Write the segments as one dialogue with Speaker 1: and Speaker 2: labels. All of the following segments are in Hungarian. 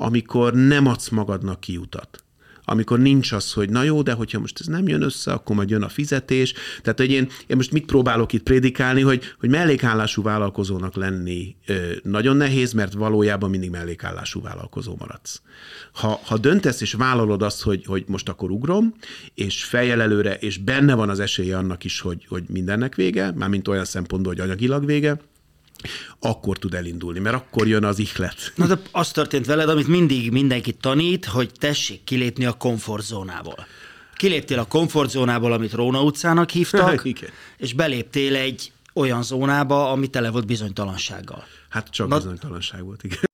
Speaker 1: amikor nem adsz magadnak kiutat. Amikor nincs az, hogy na jó, de hogyha most ez nem jön össze, akkor majd jön a fizetés. Tehát, hogy én most mit próbálok itt prédikálni, hogy mellékállású vállalkozónak lenni nagyon nehéz, mert valójában mindig mellékállású vállalkozó maradsz. Ha döntesz és vállalod azt, hogy most akkor ugrom, és fejjel előre, és benne van az esélye annak is, hogy mindennek vége, mármint olyan szempontból, hogy anyagilag vége, akkor tud elindulni, mert akkor jön az ihlet.
Speaker 2: Na de az történt veled, amit mindig mindenki tanít, hogy tessék kilépni a komfortzónából. Kiléptél a komfortzónából, amit Róna utcának hívtak, és beléptél egy olyan zónába, ami tele volt bizonytalansággal.
Speaker 1: Hát csak bizonytalanság volt, igen.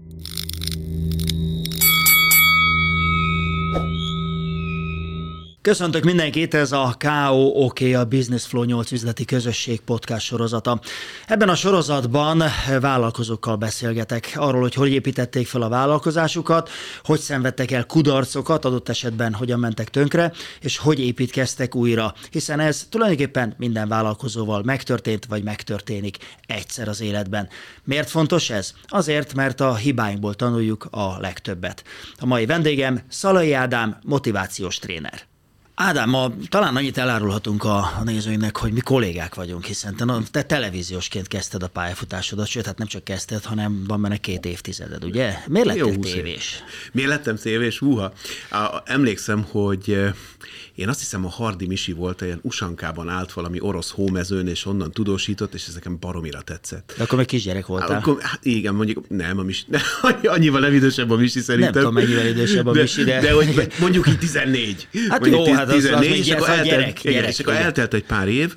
Speaker 2: Köszöntök mindenkit, ez a KOOK, a Business Flow 8 üzleti közösség podcast sorozata. Ebben a sorozatban vállalkozókkal beszélgetek arról, hogy építették fel a vállalkozásukat, hogy szenvedtek el kudarcokat, adott esetben hogyan mentek tönkre, és hogy építkeztek újra. Hiszen ez tulajdonképpen minden vállalkozóval megtörtént, vagy megtörténik egyszer az életben. Miért fontos ez? Azért, mert a hibáinkból tanuljuk a legtöbbet. A mai vendégem Szalai Ádám, motivációs tréner. Ádám, talán annyit elárulhatunk a nézőinknek, hogy mi kollégák vagyunk, hiszen te televíziósként kezdted a pályafutásodat, sőt, hát nem csak kezdted, hanem van benne 2 évtizeded, ugye? Miért lettél tévés?
Speaker 1: Miért lettem tévés? Emlékszem, hogy én azt hiszem, a Hardy Misi volt, ilyen Usankában állt valami orosz hómezőn, és onnan tudósított, és ez nekem baromira tetszett.
Speaker 2: De akkor még kisgyerek voltál.
Speaker 1: Igen, mondjuk nem, a Misi, annyival nem idősebb a Misi szerintem.
Speaker 2: Nem tudom, mennyivel idősebb a Misi, de
Speaker 1: hogy mondjuk így 14.
Speaker 2: Hát jó, hát az még gyerek.
Speaker 1: És akkor eltelt egy pár év,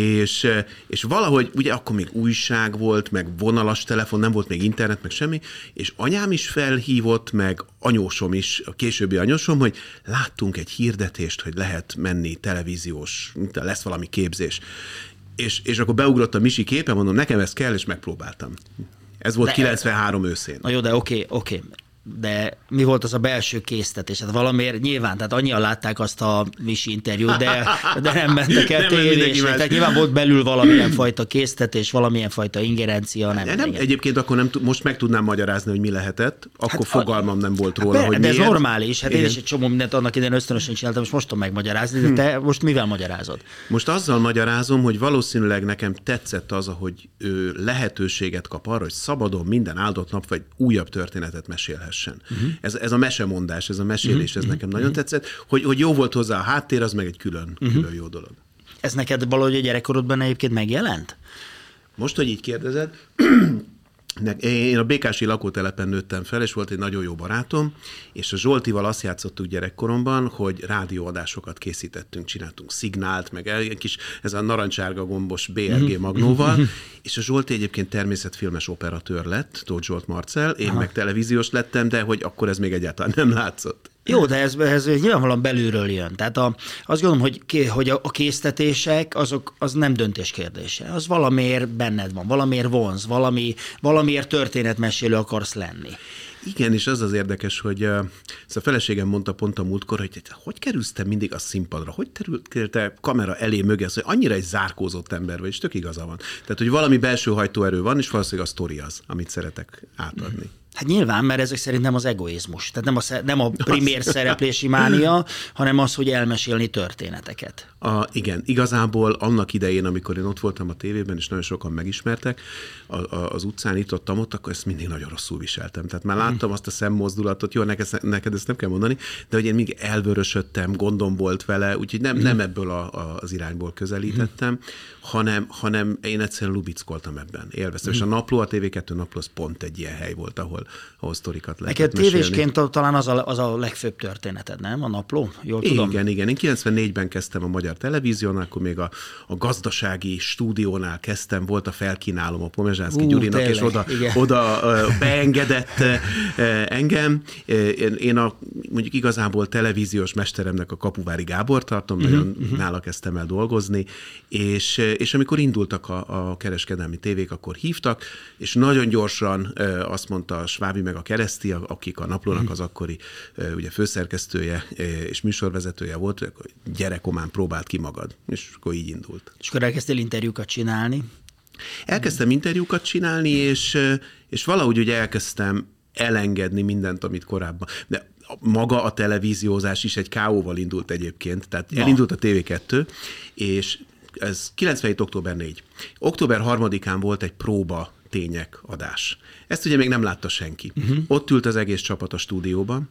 Speaker 1: és valahogy, ugye akkor még újság volt, meg vonalas telefon, nem volt még internet, meg semmi, és anyám is felhívott, meg anyósom is, a későbbi anyósom, hogy láttunk egy hirdetést, hogy lehet menni televíziós, lesz valami képzés. És akkor beugrott a Misi képe, mondom, nekem ez kell, és megpróbáltam. Ez volt 93 őszén.
Speaker 2: Na jó, de oké. De mi volt az a belső késztetés? Hát valamiért nyilván, tehát annyian látták azt a Misi interjút, de nem mentek el tévésre. Tehát nyilván volt belül valamilyen fajta késztetés, valamilyen fajta ingerencia. Nem,
Speaker 1: egyébként akkor most meg tudnám magyarázni, hogy mi lehetett. Akkor fogalmam nem volt róla, hogy
Speaker 2: de
Speaker 1: miért.
Speaker 2: ez normális. Hát én is egy csomó mindent annak idején ösztönösen csináltam, és most tudom megmagyarázni, de te most mivel magyarázod?
Speaker 1: Most azzal magyarázom, hogy valószínűleg nekem tetszett az, hogy lehetőséget kap arra, hogy szabadon minden áldott nap vagy újabb történetet mesélhessen. Ez a mesemondás, ez a mesélés, ez nekem nagyon tetszett, hogy jó volt hozzá a háttér, az meg egy külön jó dolog.
Speaker 2: Ez neked valahogy a gyerekkorodban egyébként megjelent?
Speaker 1: Most, hogy így kérdezed, én a Békási lakótelepen nőttem fel, és volt egy nagyon jó barátom, és a Zsoltival azt játszottuk gyerekkoromban, hogy rádióadásokat készítettünk, csináltunk szignált, meg egy kis, ez a narancsárga gombos BRG magnóval, és a Zsolti egyébként természetfilmes operatőr lett, Tóth Zsolt Marcell, én meg televíziós lettem, de hogy akkor ez még egyáltalán nem látszott.
Speaker 2: Jó, de ez nyilvánvalóan belülről jön. Tehát azt gondolom, hogy a késztetések, az nem döntés kérdése. Az valamiért benned van, valamiért vonz, valamiért történetmesélő akarsz lenni.
Speaker 1: Igen, és az érdekes, hogy ezt a feleségem mondta pont a múltkor, hogy kerülsz te mindig a színpadra, hogy kerültél te kamera elé mögé, hogy annyira egy zárkózott ember vagy, és tök igaza van. Tehát, hogy valami belső hajtóerő van, és valószínűleg a sztori az, amit szeretek átadni.
Speaker 2: Hát nyilván, mert ezek szerint nem az egoizmus. Tehát nem a primér szereplési mánia, hanem az, hogy elmesélni történeteket.
Speaker 1: Igen, igazából annak idején, amikor én ott voltam a tévében, és nagyon sokan megismertek, az utcán itt ott, akkor ezt mindig nagyon rosszul viseltem. Tehát már láttam azt a szemmozdulatot, jó, neked ezt nem kell mondani, de hogy én mindig elvörösödtem, gondom volt vele, úgyhogy nem ebből az irányból közelítettem, hanem én egyszerűen lubickoltam ebben, élveztem. És a Napló, a TV2 Napló, az pont egy ilyen hely volt, ahol sztorikat lehetett mesélni.
Speaker 2: Tévésként talán az a legfőbb történeted, nem? A Napló? Jól tudom?
Speaker 1: Igen. Én 94-ben kezdtem a Magyar Televíziónál, akkor még a gazdasági stúdiónál kezdtem, volt a felkínálom a Pomezsánszky Gyurinak, és oda beengedett engem. Én mondjuk igazából televíziós mesteremnek a Kapuvári Gábor tartom, nagyon nála kezdtem el dolgozni, és amikor indultak a kereskedelmi tévék, akkor hívtak, és nagyon gyorsan azt mondta a Svábi meg a Kereszti, akik a Naplónak az akkori ugye főszerkesztője és műsorvezetője volt, hogy gyere Komán, próbáld ki magad. És akkor így indult.
Speaker 2: És akkor elkezdtél interjúkat csinálni?
Speaker 1: Elkezdtem interjúkat csinálni, és valahogy ugye elkezdtem elengedni mindent, amit korábban. De maga a televíziózás is egy KO-val indult egyébként, tehát elindult a TV2, és ez 97. október 4. Október 3-án volt egy próba tények adás. Ezt ugye még nem látta senki. Ott ült az egész csapat a stúdióban,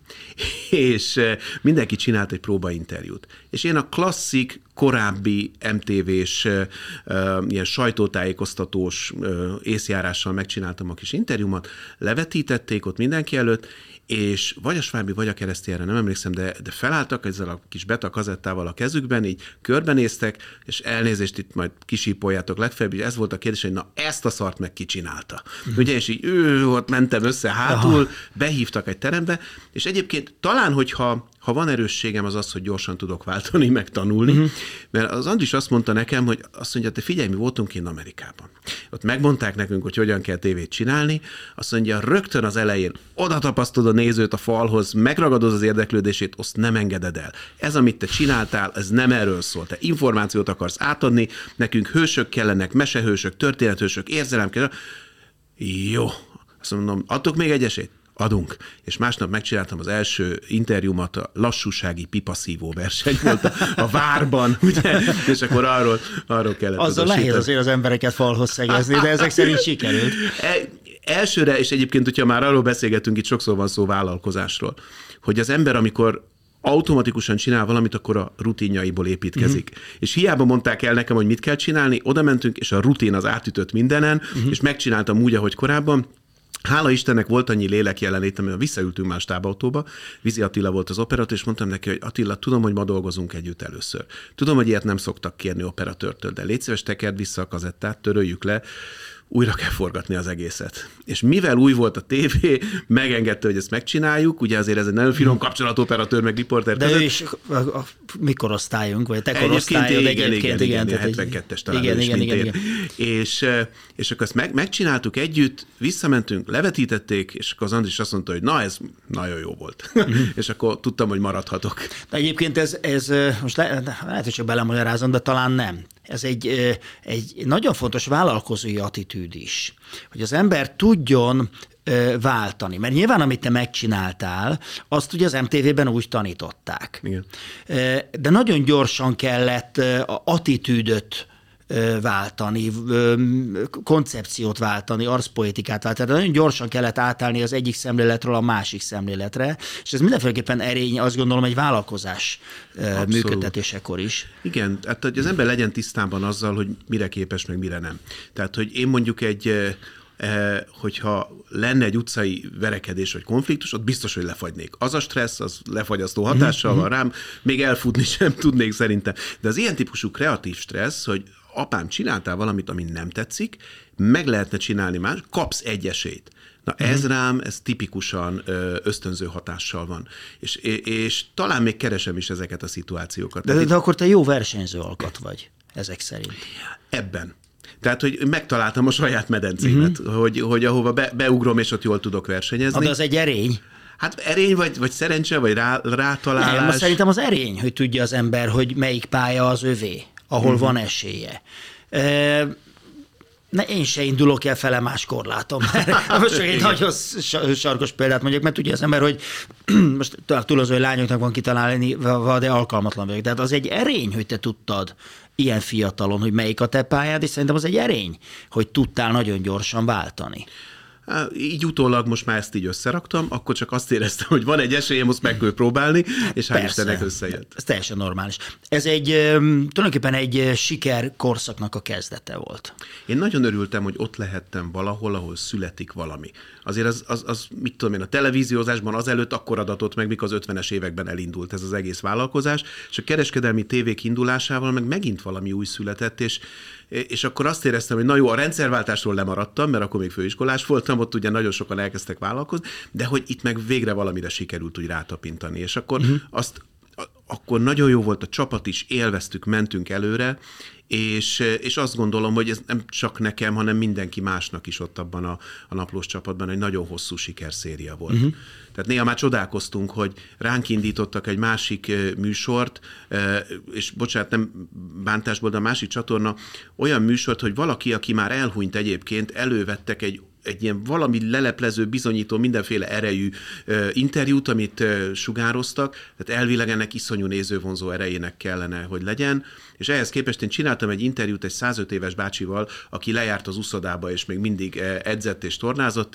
Speaker 1: és mindenki csinált egy próbainterjút. És én a klasszik, korábbi MTV-s ilyen sajtótájékoztatós észjárással megcsináltam a kis interjúmat, levetítették ott mindenki előtt, és vagy a Svábi, vagy a Keresztényre, nem emlékszem, de felálltak ezzel a kis beta kazettával a kezükben, így körbenéztek, és elnézést, itt majd kisípoljátok legfeljebb, és ez volt a kérdés, hogy na ezt a szart meg ki csinálta. Ugye, és így ott mentem össze hátul, behívtak egy terembe, és egyébként talán, hogyha van erősségem, az az, hogy gyorsan tudok váltani, meg tanulni, mert az Andris azt mondta nekem, hogy azt mondja, te figyelj, mi voltunk én Amerikában. Ott megmondták nekünk, hogy hogyan kell tévét csinálni, azt mondja, rögtön az elején oda tapasztod a nézőt a falhoz, megragadod az érdeklődését, azt nem engeded el. Ez, amit te csináltál, ez nem erről szól. Te információt akarsz átadni, nekünk hősök kellenek, mesehősök, történethősök, érzelem kell. Jó. Azt mondom, adtok még egy esélyt? Adunk. És másnap megcsináltam az első interjúmat, a lassúsági pipaszívó verseny volt a várban, ugye? És akkor arról kellett.
Speaker 2: Azzal nehéz azért az embereket falhoz szegezni, de ezek szerint sikerült.
Speaker 1: Elsőre, és egyébként, hogyha már arról beszélgetünk, itt sokszor van szó vállalkozásról, hogy az ember, amikor automatikusan csinál valamit, akkor a rutinjaiból építkezik. És hiába mondták el nekem, hogy mit kell csinálni, oda mentünk, és a rutin az átütött mindenen, és megcsináltam úgy, ahogy korábban. Hála Istennek volt annyi lélek jelenlétem, hogy visszaültünk más tábautóba, Vizi Attila volt az operatőr, és mondtam neki, hogy Attila, tudom, hogy ma dolgozunk együtt először. Tudom, hogy ilyet nem szoktak kérni operatőrtől, de légy szíves, tekerd vissza a kazettát, töröljük le, újra kell forgatni az egészet. És mivel új volt a tévé, megengedte, hogy ezt megcsináljuk, ugye azért ez egy nagyon finom kapcsolatoperatőr, meg riporter között.
Speaker 2: De ő is mi korosztályunk, vagy te korosztályod egyébként.
Speaker 1: Igen, 72-es talán igen. És akkor ezt megcsináltuk együtt, visszamentünk, levetítették, és akkor az Andris azt mondta, hogy na, ez nagyon jó volt. És akkor tudtam, hogy maradhatok.
Speaker 2: De egyébként ez most lehet, hogy csak belemagyarázom, de talán nem. Ez egy nagyon fontos vállalkozói attitűd is, hogy az ember tudjon váltani. Mert nyilván, amit te megcsináltál, azt ugye az MTV-ben úgy tanították.
Speaker 1: Igen.
Speaker 2: De nagyon gyorsan kellett attitűdöt váltani, koncepciót váltani, arszpoetikát váltani. Tehát nagyon gyorsan kellett átállni az egyik szemléletről a másik szemléletre, és ez mindenféleképpen erény, azt gondolom, egy vállalkozás működtetésekor is.
Speaker 1: Igen, hát hogy az ember legyen tisztában azzal, hogy mire képes, meg mire nem. Tehát, hogy én mondjuk hogyha lenne egy utcai verekedés vagy konfliktus, ott biztos, hogy lefagynék. Az a stressz, az lefagyasztó hatással van rám, még elfutni sem tudnék szerintem. De az ilyen típusú kreatív stressz, hogy apám, csináltál valamit, ami nem tetszik, meg lehetne csinálni más, kapsz egy esélyt. Na ez rám, ez tipikusan ösztönző hatással van. És talán még keresem is ezeket a szituációkat.
Speaker 2: De akkor te jó versenyző alkat vagy, ezek szerint.
Speaker 1: Ebben. Tehát, hogy megtaláltam a saját medencémet, hogy ahova beugrom, és ott jól tudok versenyezni.
Speaker 2: De az egy erény.
Speaker 1: Hát erény, vagy szerencse, vagy rátalálás.
Speaker 2: Nem, szerintem az erény, hogy tudja az ember, hogy melyik pálya az övé, ahol van esélye. Én se indulok el fele más korlátom. Most csak egy nagyon sarkos példát mondjuk, mert tudja az ember, hogy most túlozó, hogy lányoknak van kitalálni, de alkalmatlan vagyok. Tehát az egy erény, hogy te tudtad ilyen fiatalon, hogy melyik a te pályád, és szerintem az egy erény, hogy tudtál nagyon gyorsan váltani.
Speaker 1: Így utólag most már ezt így összeraktam, akkor csak azt éreztem, hogy van egy esélyem, most meg kell próbálni, és hál' Istennek összejött.
Speaker 2: Ez teljesen normális. Ez tulajdonképpen egy siker korszaknak a kezdete volt.
Speaker 1: Én nagyon örültem, hogy ott lehettem valahol, ahol születik valami. Azért az mit tudom én, a televíziózásban azelőtt akkor adatott meg, mikor az 50-es években elindult ez az egész vállalkozás, és a kereskedelmi tévék indulásával meg megint valami új született, és akkor azt éreztem, hogy na jó, a rendszerváltásról lemaradtam, mert akkor még főiskolás voltam, ott ugye nagyon sokan elkezdtek vállalkozni, de hogy itt meg végre valamire sikerült úgy rátapintani. És akkor akkor nagyon jó volt a csapat is, élveztük, mentünk előre, és azt gondolom, hogy ez nem csak nekem, hanem mindenki másnak is ott abban a naplós csapatban egy nagyon hosszú sikerszéria volt. Tehát néha már csodálkoztunk, hogy ránk indítottak egy másik műsort, és bocsánat, nem bántásból, de a másik csatorna olyan műsort, hogy valaki, aki már elhunyt egyébként, elővettek egy egy ilyen valami leleplező, bizonyító, mindenféle erejű interjút, amit sugároztak, tehát elvileg ennek iszonyú nézővonzó erejének kellene, hogy legyen, és ehhez képest én csináltam egy interjút egy 105 éves bácsival, aki lejárt az uszodába, és még mindig edzett és tornázott,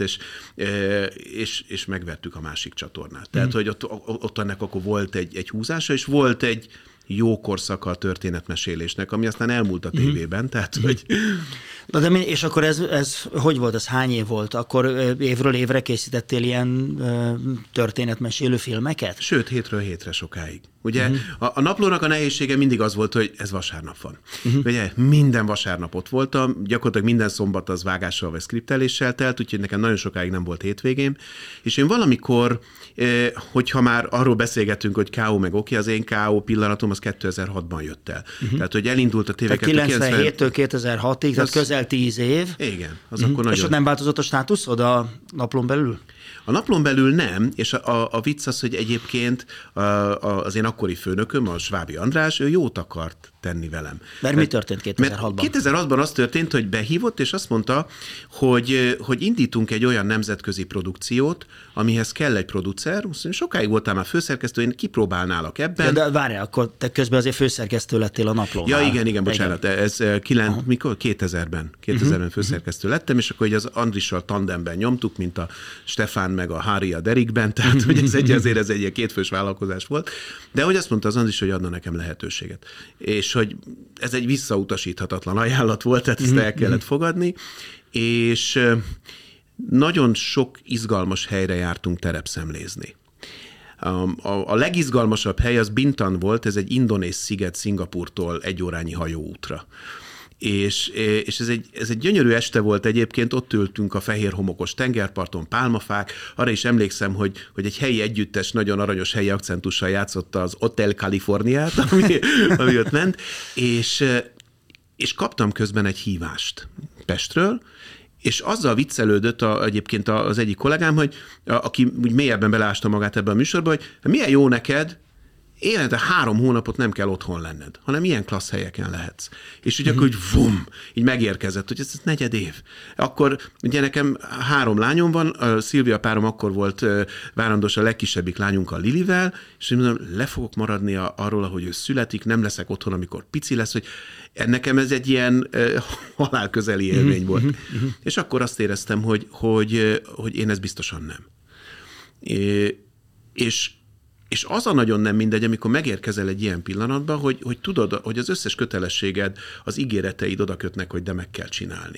Speaker 1: és megvertük a másik csatornát. Tehát, hogy ott ennek akkor volt egy húzása, és volt egy jó korszaka a történetmesélésnek, ami aztán elmúlt a tévében, tehát, hogy...
Speaker 2: És akkor ez hogy volt, ez hány év volt? Akkor évről évre készítettél ilyen történetmesélő filmeket?
Speaker 1: Sőt, hétről hétre sokáig. Ugye a naplónak a nehézsége mindig az volt, hogy ez vasárnap van. Ugye minden vasárnap ott voltam, gyakorlatilag minden szombat az vágással vagy szkripteléssel telt, úgyhogy nekem nagyon sokáig nem volt hétvégém, és én valamikor, hogyha már arról beszélgetünk, hogy K.O. meg Oké, az én K.O. pillanatom az 2006-ban jött el. Tehát, hogy elindult a TV2
Speaker 2: 97-től 2006-ig, tehát közel 10 év.
Speaker 1: Igen, az akkor nagyon...
Speaker 2: És ott nem változott a státuszod a naplón belül?
Speaker 1: A naplón belül nem, és a vicc az, hogy egyébként az én akkori főnököm, a Svábi András, ő jót akart tenni velem.
Speaker 2: Mert mi történt 2006-ban?
Speaker 1: 2006-ban az történt, hogy behívott, és azt mondta, hogy indítunk egy olyan nemzetközi produkciót, amihez kell egy producer. Sokáig voltál már főszerkesztő, én kipróbálnálak ebben.
Speaker 2: De várjál, akkor te közben azért főszerkesztő lettél a naplónál.
Speaker 1: Ja, igen, bocsánat. Ez 2000-ben főszerkesztő lettem, és akkor az Andrissal tandemben nyomtuk, mint a Stefán meg a Hári a Derikben, tehát hogy azért ez egy ilyen kétfős vállalkozás volt. De hogy azt mondta az Andris, hogy adna nekem lehetőséget. És hogy ez egy visszautasíthatatlan ajánlat volt, tehát ezt el kellett fogadni, és nagyon sok izgalmas helyre jártunk terepszemlézni. A legizgalmasabb hely az Bintan volt, ez egy indonéz sziget Szingapúrtól 1 órányi hajóútra. És ez egy gyönyörű este volt egyébként, ott ültünk a fehér homokos tengerparton, pálmafák, arra is emlékszem, hogy egy helyi együttes, nagyon aranyos helyi akcentussal játszotta az Hotel Californiát, ami ott ment, és kaptam közben egy hívást Pestről, és azzal viccelődött egyébként az egyik kollégám, hogy aki úgy mélyebben beleásta magát ebbe a műsorba, hogy milyen jó neked, évente 3 hónapot nem kell otthon lenned, hanem ilyen klassz helyeken lehetsz. És ugye akkor, hogy vum, így megérkezett, hogy ez 4. év. Akkor ugye nekem 3 lányom van, a Szilvia párom akkor volt várandós a legkisebbik lányunkkal, Lilivel, és én mondom, le fogok maradni arról, ahogy ő születik, nem leszek otthon, amikor pici lesz, hogy nekem ez egy ilyen halálközeli élmény volt. És akkor azt éreztem, hogy én ez biztosan nem. És az a nagyon nem mindegy, amikor megérkezel egy ilyen pillanatban, hogy tudod, hogy az összes kötelességed, az ígéreteid oda kötnek, hogy de meg kell csinálni.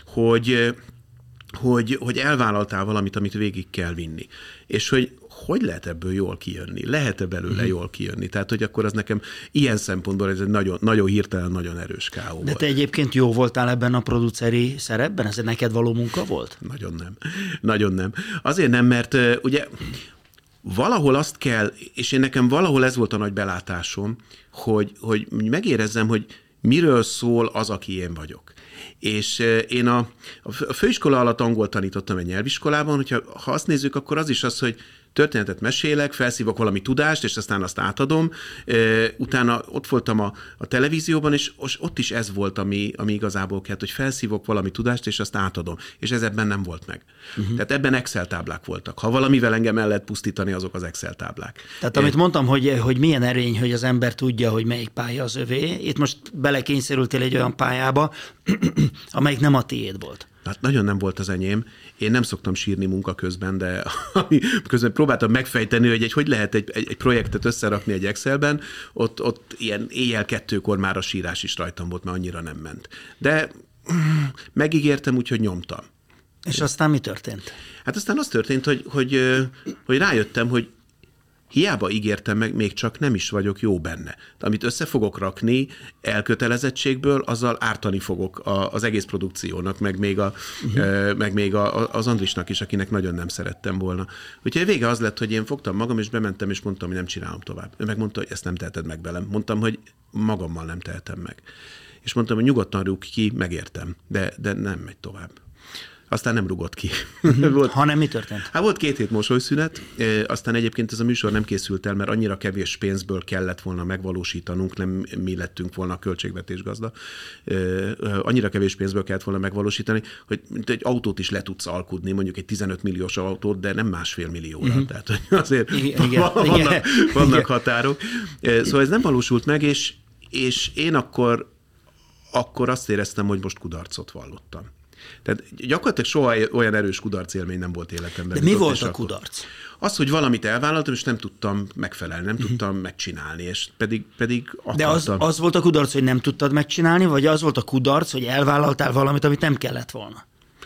Speaker 1: Hogy elvállaltál valamit, amit végig kell vinni. És hogy lehet ebből jól kijönni? Lehet-e belőle jól kijönni? Tehát, hogy akkor az nekem ilyen szempontból ez egy nagyon, nagyon hirtelen, nagyon erős K.O. volt.
Speaker 2: De te egyébként jó voltál ebben a produceri szerepben? Ez neked való munka volt?
Speaker 1: Nagyon nem. Nagyon nem. Azért nem, mert ugye valahol azt kell, és én nekem valahol ez volt a nagy belátásom, hogy megérezzem, hogy miről szól az, aki én vagyok. És én a főiskola alatt angolt tanítottam egy nyelviskolában, hogyha azt nézzük, akkor az is az, hogy történetet mesélek, felszívok valami tudást, és aztán azt átadom. Utána ott voltam a televízióban, és ott is ez volt, ami igazából kellett, hogy felszívok valami tudást, és azt átadom. És ez ebben nem volt meg. Tehát ebben Excel táblák voltak. Ha valamivel engem el lehet pusztítani, azok az Excel táblák.
Speaker 2: Tehát amit mondtam, hogy milyen erény, hogy az ember tudja, hogy melyik pálya az övé. Itt most belekényszerültél egy olyan pályába, amelyik nem a tiéd volt.
Speaker 1: Hát nagyon nem volt az enyém. Én nem szoktam sírni munka közben, de közben próbáltam megfejteni, hogy lehet egy projektet összerakni egy Excelben, ott ilyen éjjel 2-kor már a sírás is rajtam volt, mert annyira nem ment. De megígértem, úgyhogy nyomtam.
Speaker 2: És aztán mi történt?
Speaker 1: Hát aztán az történt, hogy rájöttem, hogy hiába ígértem meg, még csak nem is vagyok jó benne. De amit össze fogok rakni elkötelezettségből, azzal ártani fogok az egész produkciónak, meg még az Andrisnak is, akinek nagyon nem szerettem volna. Úgyhogy vége az lett, hogy én fogtam magam, és bementem, és mondtam, hogy nem csinálom tovább. Ő megmondta, hogy ezt nem teheted meg velem. Mondtam, hogy magammal nem tehetem meg. És mondtam, hogy nyugodtan rúg ki, megértem, de nem megy tovább. aztán nem rugott ki.
Speaker 2: Hanem mi történt?
Speaker 1: Hát volt 2 hét mosolyszünet, aztán egyébként ez a műsor nem készült el, mert annyira kevés pénzből kellett volna megvalósítanunk, nem mi lettünk volna a költségvetésgazda, annyira kevés pénzből kellett volna megvalósítani, hogy egy autót is le tudsz alkudni, mondjuk egy 15 milliós autót, de nem 1,5 millióra. Tehát azért vannak határok. Szóval ez nem valósult meg, és én akkor azt éreztem, hogy most kudarcot vallottam. Tehát gyakorlatilag soha olyan erős kudarc élmény nem volt életemben.
Speaker 2: De mi volt a kudarc?
Speaker 1: Az, hogy valamit elvállaltam, és nem tudtam megfelelni, nem tudtam megcsinálni, és pedig
Speaker 2: De
Speaker 1: akartam.
Speaker 2: az volt a kudarc, hogy nem tudtad megcsinálni, vagy az volt a kudarc, hogy elvállaltál valamit, amit nem kellett volna?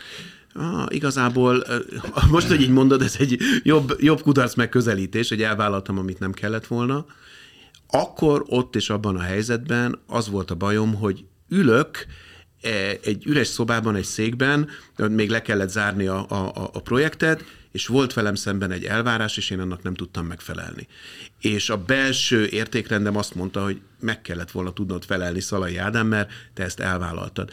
Speaker 1: Igazából, most, hogy így mondod, ez egy jobb kudarc megközelítés, hogy elvállaltam, amit nem kellett volna. Akkor ott és abban a helyzetben az volt a bajom, hogy ülök egy üres szobában, egy székben, még le kellett zárni a projektet, és volt velem szemben egy elvárás, és én annak nem tudtam megfelelni. És a belső értékrendem azt mondta, hogy meg kellett volna tudnod felelni Szalai Ádám, mert te ezt elvállaltad.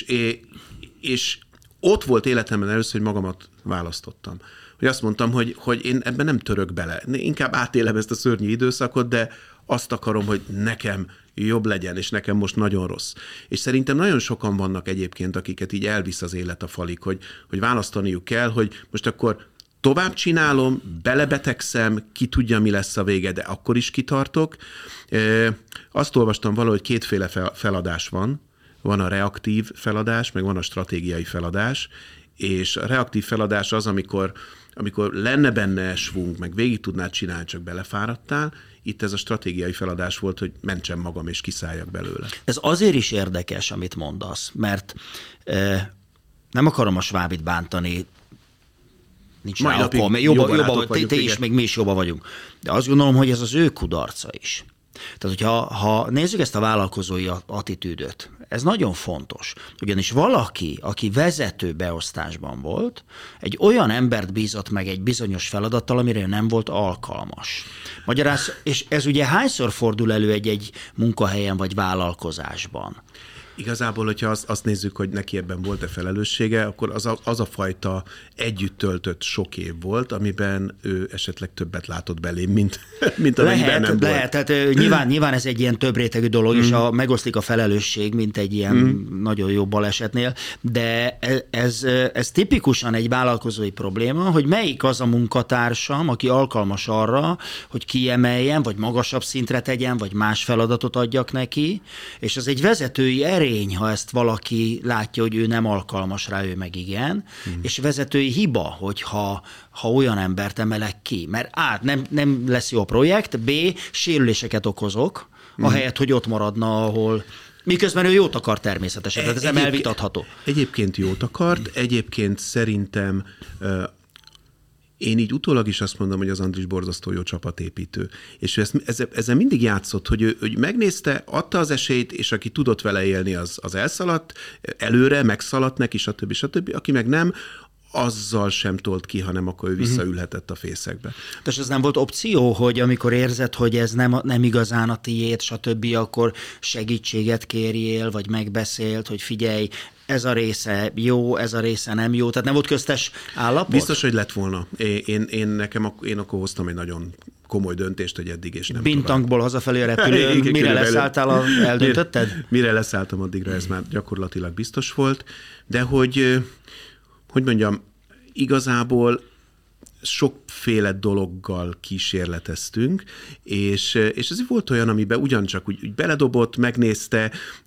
Speaker 1: És ott volt életemben először, hogy magamat választottam. Hogy azt mondtam, hogy én ebben nem török bele. Inkább átélem ezt a szörnyű időszakot, de azt akarom, hogy nekem jobb legyen, és nekem most nagyon rossz. És szerintem nagyon sokan vannak egyébként, akiket így elvisz az élet a falig, hogy választaniuk kell, hogy most akkor tovább csinálom, belebetegszem, ki tudja, mi lesz a vége, de akkor is kitartok. Azt olvastam valahogy 2 feladás van. Van a reaktív feladás, meg van a stratégiai feladás, és a reaktív feladás az, amikor lenne benne svung, meg végig tudnád csinálni, csak belefáradtál. Itt ez a stratégiai feladás volt, hogy mentsem magam, és kiszálljak belőle.
Speaker 2: Ez azért is érdekes, amit mondasz, mert nem akarom a Schwabit bántani, nincs rá alkalom, jobban vagyunk, te is, meg mi is jobban vagyunk. De azt gondolom, hogy ez az ő kudarca is. Tehát, hogyha nézzük ezt a vállalkozói attitűdöt, ez nagyon fontos. Ugyanis valaki, aki vezető beosztásban volt, egy olyan embert bízott meg egy bizonyos feladattal, amire ő nem volt alkalmas. És ez ugye hányszor fordul elő egy munkahelyen vagy vállalkozásban?
Speaker 1: Igazából, hogyha azt nézzük, hogy neki ebben volt-e felelőssége, akkor az a fajta együtt töltött sok év volt, amiben ő esetleg többet látott belém, mint amennyiben nem volt.
Speaker 2: Lehet, tehát nyilván ez egy ilyen több rétegű dolog, és megoszlik a felelősség, mint egy ilyen nagyon jó balesetnél, de ez tipikusan egy vállalkozói probléma, hogy melyik az a munkatársam, aki alkalmas arra, hogy kiemeljen, vagy magasabb szintre tegyen, vagy más feladatot adjak neki, és ez egy vezetői erény, ha ezt valaki látja, hogy ő nem alkalmas rá, ő meg igen, és vezetői hiba, hogyha olyan embert emelek ki. Mert A, nem lesz jó a projekt, B, sérüléseket okozok, ahelyett, hogy ott maradna, ahol... Miközben ő jót akar természetesen, tehát ez nem elvitatható.
Speaker 1: Egyébként jót akart, egyébként szerintem... Én így utólag is azt mondom, hogy az Andris borzasztó jó csapatépítő. És ő ezzel mindig játszott, hogy ő megnézte, adta az esélyt, és aki tudott vele élni, az elszaladt, előre megszaladt neki, stb. Aki meg nem, azzal sem tolt ki, hanem akkor ő visszaülhetett a fészekbe.
Speaker 2: És ez nem volt opció, hogy amikor érzed, hogy ez nem igazán a tiéd, stb., akkor segítséget kérjél, vagy megbeszélt, hogy figyelj, ez a része jó, ez a része nem jó, tehát nem volt köztes állapot?
Speaker 1: Biztos, hogy lett volna. Én akkor hoztam egy nagyon komoly döntést, hogy eddig és nem
Speaker 2: Bintangból hazafelé a repülőn, mire leszálltál, eldöntötted?
Speaker 1: Mire leszálltam, addigra ez már gyakorlatilag biztos volt, de hogy mondjam, igazából sokféle dologgal kísérleteztünk, és ez volt olyan, amiben ugyancsak úgy beledobott, megnézte,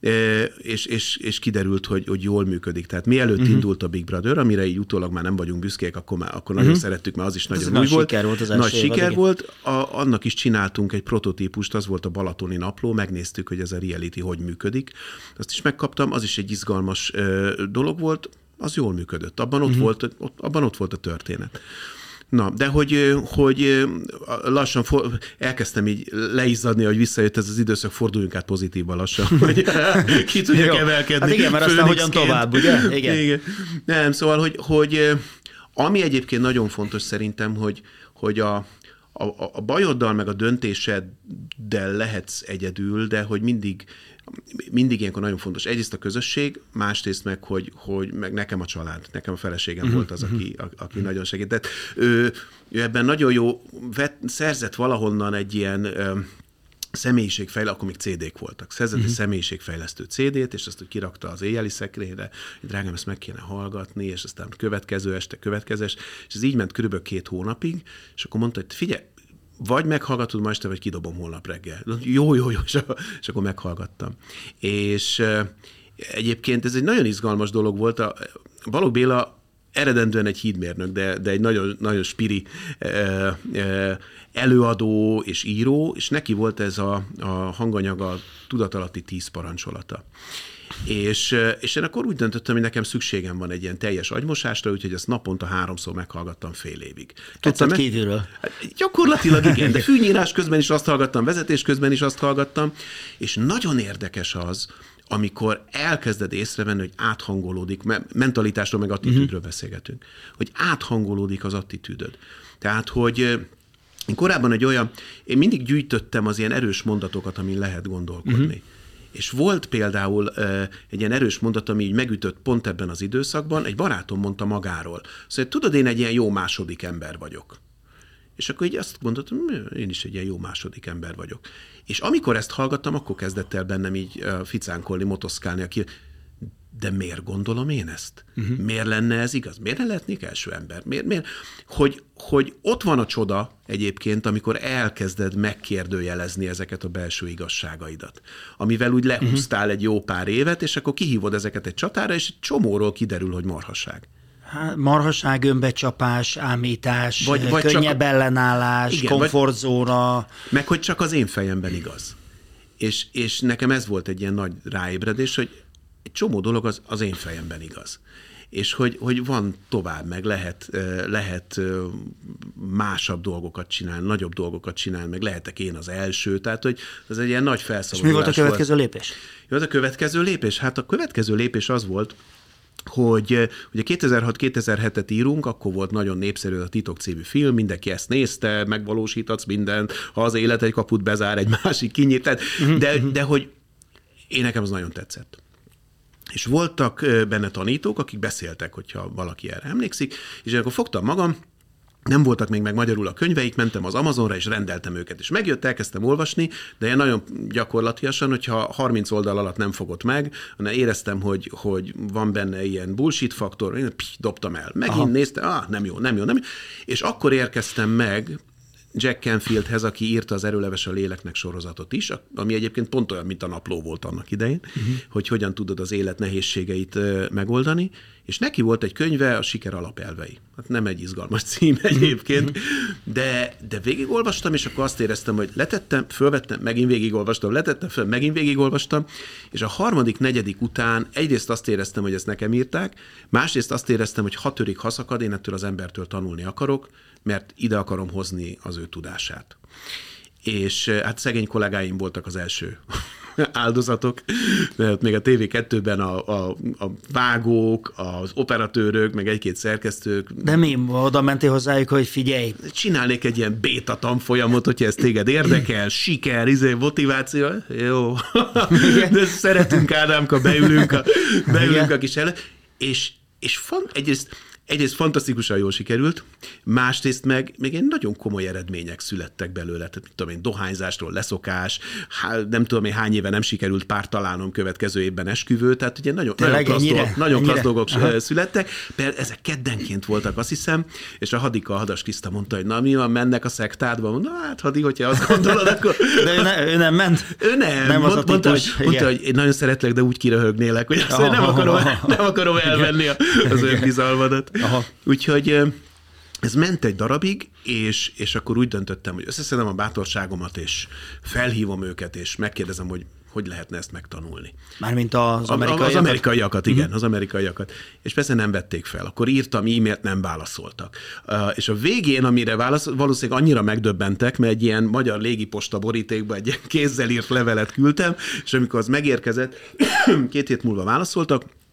Speaker 1: és kiderült, hogy jól működik. Tehát mielőtt indult a Big Brother, amire így utólag már nem vagyunk büszkék, akkor nagyon szerettük, mert az is nagyon új volt. Nagy siker volt. Annak is csináltunk egy prototípust, az volt a Balatoni Napló, megnéztük, hogy ez a reality hogy működik. Azt is megkaptam, az is egy izgalmas dolog volt, az jól működött. Abban ott volt a történet. Na, de hogy lassan elkezdtem így leizzadni, hogy visszajött ez az időszak, forduljunk át pozitívba lassan, hogy ki tudjak emelkedni.
Speaker 2: Hát igen, mert aztán hogyan tovább, ugye?
Speaker 1: Igen. Nem, szóval, hogy ami egyébként nagyon fontos szerintem, hogy a bajoddal meg a döntéseddel lehetsz egyedül, de hogy mindig ilyenkor nagyon fontos. Egyrészt a közösség, másrészt meg, hogy meg nekem a család, nekem a feleségem volt az, aki nagyon segített. Ő ebben nagyon jó, szerzett valahonnan egy ilyen személyiségfejlesztő, akkor még CD-k voltak. Szerzett egy személyiségfejlesztő CD-t, és azt kirakta az éjjeli szekrényre, hogy drágám, ezt meg kéne hallgatni, és aztán következő este, és ez így ment körülbelül 2 hónapig, és akkor mondta, hogy figyelj, vagy meghallgatod ma este, vagy kidobom holnap reggel. Jó, és akkor meghallgattam. És egyébként ez egy nagyon izgalmas dolog volt. Balogh Béla eredendően egy hídmérnök, de egy nagyon, nagyon spiri előadó és író, és neki volt ez a hanganyaga tudatalatti 10 parancsolata. És én akkor úgy döntöttem, hogy nekem szükségem van egy ilyen teljes agymosásra, úgyhogy ezt naponta 3-szor meghallgattam fél évig.
Speaker 2: Tudtad kívülről?
Speaker 1: Gyakorlatilag igen, de fűnyírás közben is azt hallgattam, vezetés közben is azt hallgattam, és nagyon érdekes az, amikor elkezded észrevenni, hogy áthangolódik, mentalitásról meg attitűdről beszélgetünk, hogy áthangolódik az attitűdöd. Tehát, hogy én korábban én mindig gyűjtöttem az ilyen erős mondatokat, amin lehet gondolkodni. És volt például egy ilyen erős mondat, ami így megütött pont ebben az időszakban, egy barátom mondta magáról. Szóval, tudod, én egy ilyen jó második ember vagyok. És akkor így azt gondoltam, én is egy ilyen jó második ember vagyok. És amikor ezt hallgattam, akkor kezdett el bennem így ficánkolni, motoszkálni, de miért gondolom én ezt? Miért lenne ez igaz? Miért ne lehetnék első ember? Miért? Hogy ott van a csoda egyébként, amikor elkezded megkérdőjelezni ezeket a belső igazságaidat, amivel úgy lehúztál egy jó pár évet, és akkor kihívod ezeket egy csatára, és egy csomóról kiderül, hogy marhaság.
Speaker 2: Marhaság, önbecsapás, ámítás, vagy könnyebb ellenállás, igen, komfortzóna.
Speaker 1: Meg hogy csak az én fejemben igaz. És nekem ez volt egy ilyen nagy ráébredés, hogy egy csomó dolog az én fejemben igaz. És hogy van tovább, meg lehet másabb dolgokat csinálni, nagyobb dolgokat csinálni, meg lehetek én az első, tehát hogy ez egy ilyen nagy felszabadulás.
Speaker 2: És mi volt a következő lépés?
Speaker 1: Jó, a következő lépés? Hát a következő lépés az volt, hogy ugye 2006-2007-et írunk, akkor volt nagyon népszerű a Titok című film, mindenki ezt nézte, megvalósítatsz mindent, ha az élet egy kaput bezár, egy másik kinyit, de hogy nekem az nagyon tetszett. És voltak benne tanítók, akik beszéltek, hogyha valaki erre emlékszik, és akkor fogtam magam, nem voltak még meg magyarul a könyveik, mentem az Amazonra, és rendeltem őket. És megjött, elkezdtem olvasni, de én nagyon gyakorlatiasan, hogyha 30 oldal alatt nem fogott meg, hanem éreztem, hogy van benne ilyen bullshit faktor, én dobtam el. Megint néztem, nem jó. És akkor érkeztem meg Jack Canfieldhez, aki írta az Erőleves a léleknek sorozatot is, ami egyébként pont olyan, mint a Napló volt annak idején, hogy hogyan tudod az élet nehézségeit megoldani, és neki volt egy könyve, a Siker alapelvei. Hát nem egy izgalmas cím egyébként, de végigolvastam, és akkor azt éreztem, hogy letettem, fölvettem, megint végigolvastam, letettem, föl, megint végigolvastam, és a 3.-4. után egyrészt azt éreztem, hogy ezt nekem írták, másrészt azt éreztem, hogy ha törik, ha szakad, én ettől az embertől tanulni akarok, mert ide akarom hozni az ő tudását. És hát szegény kollégáim voltak az első áldozatok, mert még a TV2-ben a vágók, az operatőrök, meg egy-két szerkesztők.
Speaker 2: De mi? Oda mentél hozzájuk, hogy figyelj?
Speaker 1: Csinálnék egy ilyen béta tanfolyamot, hogyha ez téged érdekel, siker, motiváció. Jó. De szeretünk, Ádámka, beülünk a kis elő. És egyrészt fantasztikusan jól sikerült, másrészt meg még egy nagyon komoly eredmények születtek belőle. Tehát, mit tudom én, dohányzásról leszokás, nem tudom én hány éve nem sikerült pártalálnom, következő évben esküvő, tehát ugye nagyon klassz dolgok születtek. Például ezek keddenként voltak, azt hiszem, és a Hadika, a Hadas Kriszta mondta, hogy na mi van, mennek a szektádba? Mondta, hát Hadi, hogyha azt gondolod, akkor...
Speaker 2: De ő nem ment?
Speaker 1: Ő nem. Mondta, hogy én nagyon szeretlek, de úgy kiröhögnélek, hogy azt nem akarom elvenni az önbizalmadat. Úgyhogy ez ment egy darabig, és akkor úgy döntöttem, hogy összeszedem a bátorságomat, és felhívom őket, és megkérdezem, hogy lehetne ezt megtanulni.
Speaker 2: Mármint az amerikaiakat?
Speaker 1: Az amerikaiakat, igen, az amerikaiakat. És persze nem vették fel. Akkor írtam e-mailt, nem válaszoltak. És a végén, amire valószínűleg annyira megdöbbentek, mert egy ilyen magyar légiposta borítékba egy ilyen kézzel írt levelet küldtem, és amikor az megérkezett, 2 hét múlva válaszoltak,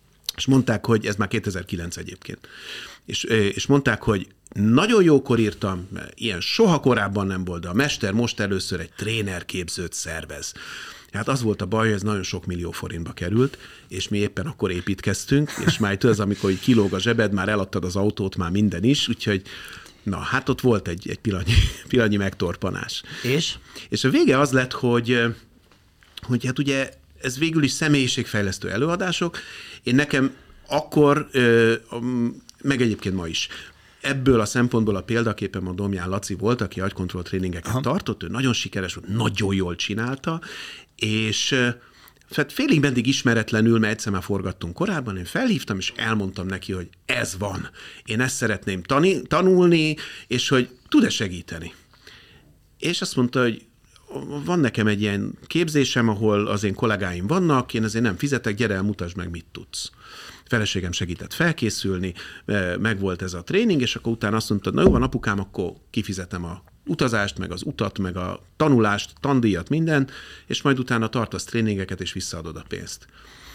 Speaker 1: És mondták, hogy ez már 2009 egyébként. És mondták, hogy nagyon jókor írtam, mert ilyen soha korábban nem volt, de a mester most először egy trénerképzőt szervez. Hát az volt a baj, hogy ez nagyon sok millió forintba került, és mi éppen akkor építkeztünk, és már tudod, amikor így kilóg a zsebed, már eladtad az autót, már minden is, úgyhogy na, hát ott volt egy pillanatnyi megtorpanás. És a vége az lett, hogy hát ugye ez végül is személyiségfejlesztő előadások. Én nekem akkor, meg egyébként ma is, ebből a szempontból a példaképem a Domján Laci volt, aki agykontroll tréningeket tartott, ő nagyon sikeres volt, nagyon jól csinálta, és félig meddig ismeretlenül, mert egyszer már forgattunk korábban, én felhívtam, és elmondtam neki, hogy ez van. Én ezt szeretném tanulni, és hogy tud-e segíteni. És azt mondta, hogy van nekem egy ilyen képzésem, ahol az én kollégáim vannak, én azért nem fizetek, gyere el, mutasd meg, mit tudsz. Feleségem segített felkészülni, meg volt ez a tréning, és akkor utána azt mondta, na jó van, apukám, akkor kifizetem a utazást, meg az utat, meg a tanulást, tandíjat, minden, és majd utána tartasz tréningeket, és visszaadod a pénzt.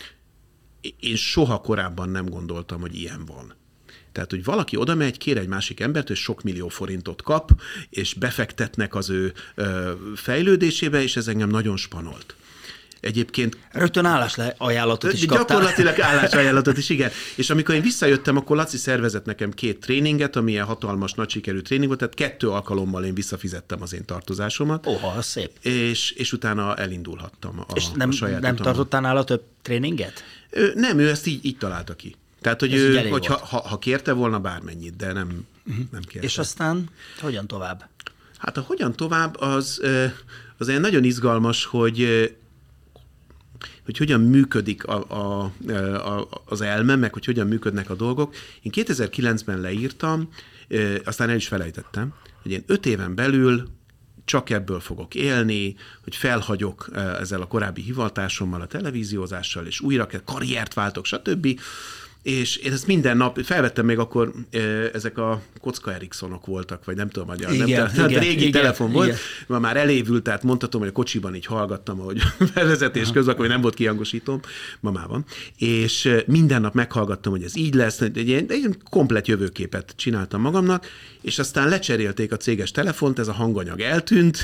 Speaker 1: Én soha korábban nem gondoltam, hogy ilyen van. Tehát, hogy valaki oda megy, kér egy másik embert, és sok millió forintot kap, és befektetnek az ő fejlődésébe, és ez engem nagyon spanolt. Egyébként...
Speaker 2: Rögtön állásajánlatot is kaptál.
Speaker 1: Gyakorlatilag állásajánlatot is, igen. És amikor én visszajöttem, akkor Laci szervezett nekem 2 tréninget, ami ilyen hatalmas, nagy sikerű tréning volt, tehát 2 alkalommal én visszafizettem az én tartozásomat.
Speaker 2: Oha, szép.
Speaker 1: És utána elindulhattam a
Speaker 2: és
Speaker 1: saját utamon.
Speaker 2: Nem tartottál nála több tréninget?
Speaker 1: Nem, ő ezt így találta ki. Tehát, hogy ha kérte volna bármennyit, de nem kérte.
Speaker 2: És aztán hogyan tovább?
Speaker 1: Hát a hogyan tovább az egy nagyon izgalmas, hogy hogyan működik az elme, meg hogy hogyan működnek a dolgok. Én 2009-ben leírtam, aztán el is felejtettem, hogy én 5 éven belül csak ebből fogok élni, hogy felhagyok ezzel a korábbi hivatásommal, a televíziózással, és újra karriert váltok, stb. És én ezt minden nap, felvettem még akkor, ezek a kocka Ericssonok voltak, vagy nem tudom, régi telefon volt, ma már elévült, tehát mondhatom, hogy a kocsiban így hallgattam, ahogy felvezetés közben, akkor nem volt kihangosítóm, ma már van, és minden nap meghallgattam, hogy ez így lesz, egy komplett jövőképet csináltam magamnak, és aztán lecserélték a céges telefont, ez a hanganyag eltűnt,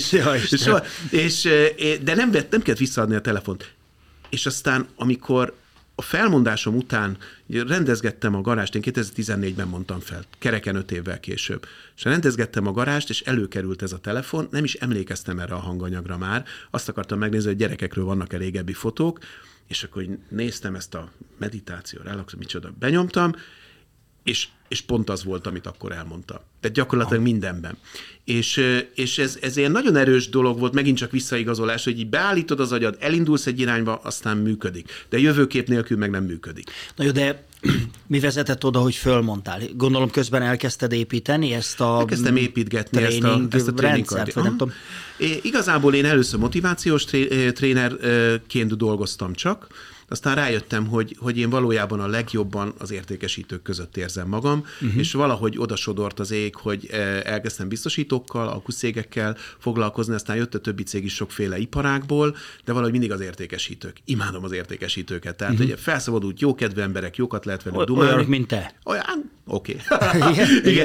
Speaker 1: de nem kellett visszaadni a telefont. És aztán, amikor a felmondásom után rendezgettem a garást, én 2014-ben mondtam fel, kereken 5 évvel később, és rendezgettem a garást, és előkerült ez a telefon, nem is emlékeztem erre a hanganyagra már, azt akartam megnézni, hogy gyerekekről vannak-e régebbi fotók, és akkor néztem ezt a meditáció, relax, micsoda, benyomtam, és pont az volt, amit akkor elmondtam. Tehát gyakorlatilag mindenben. És ez ilyen nagyon erős dolog volt, megint csak visszaigazolás, hogy így beállítod az agyad, elindulsz egy irányba, aztán működik. De jövőkép nélkül meg nem működik.
Speaker 2: Na jó, de mi vezetett oda, hogy fölmondtál? Gondolom közben elkezdted építeni ezt a
Speaker 1: elkezdtem építgetni ezt a
Speaker 2: rendszert, vagy nem tudom.
Speaker 1: Igazából én először motivációs trénerként dolgoztam csak, aztán rájöttem, hogy én valójában a legjobban az értékesítők között érzem magam, és valahogy odasodort az ég, hogy elkezdtem biztosítókkal, alkuszcégekkel foglalkozni, aztán jött a többi cég is sokféle iparágból, de valahogy mindig az értékesítők. Imádom az értékesítőket. Tehát, hogy felszabadult jókedvű emberek, jókat lehet velük dumálni.
Speaker 2: Olyanok, mint te.
Speaker 1: Olyan, oké. Igen.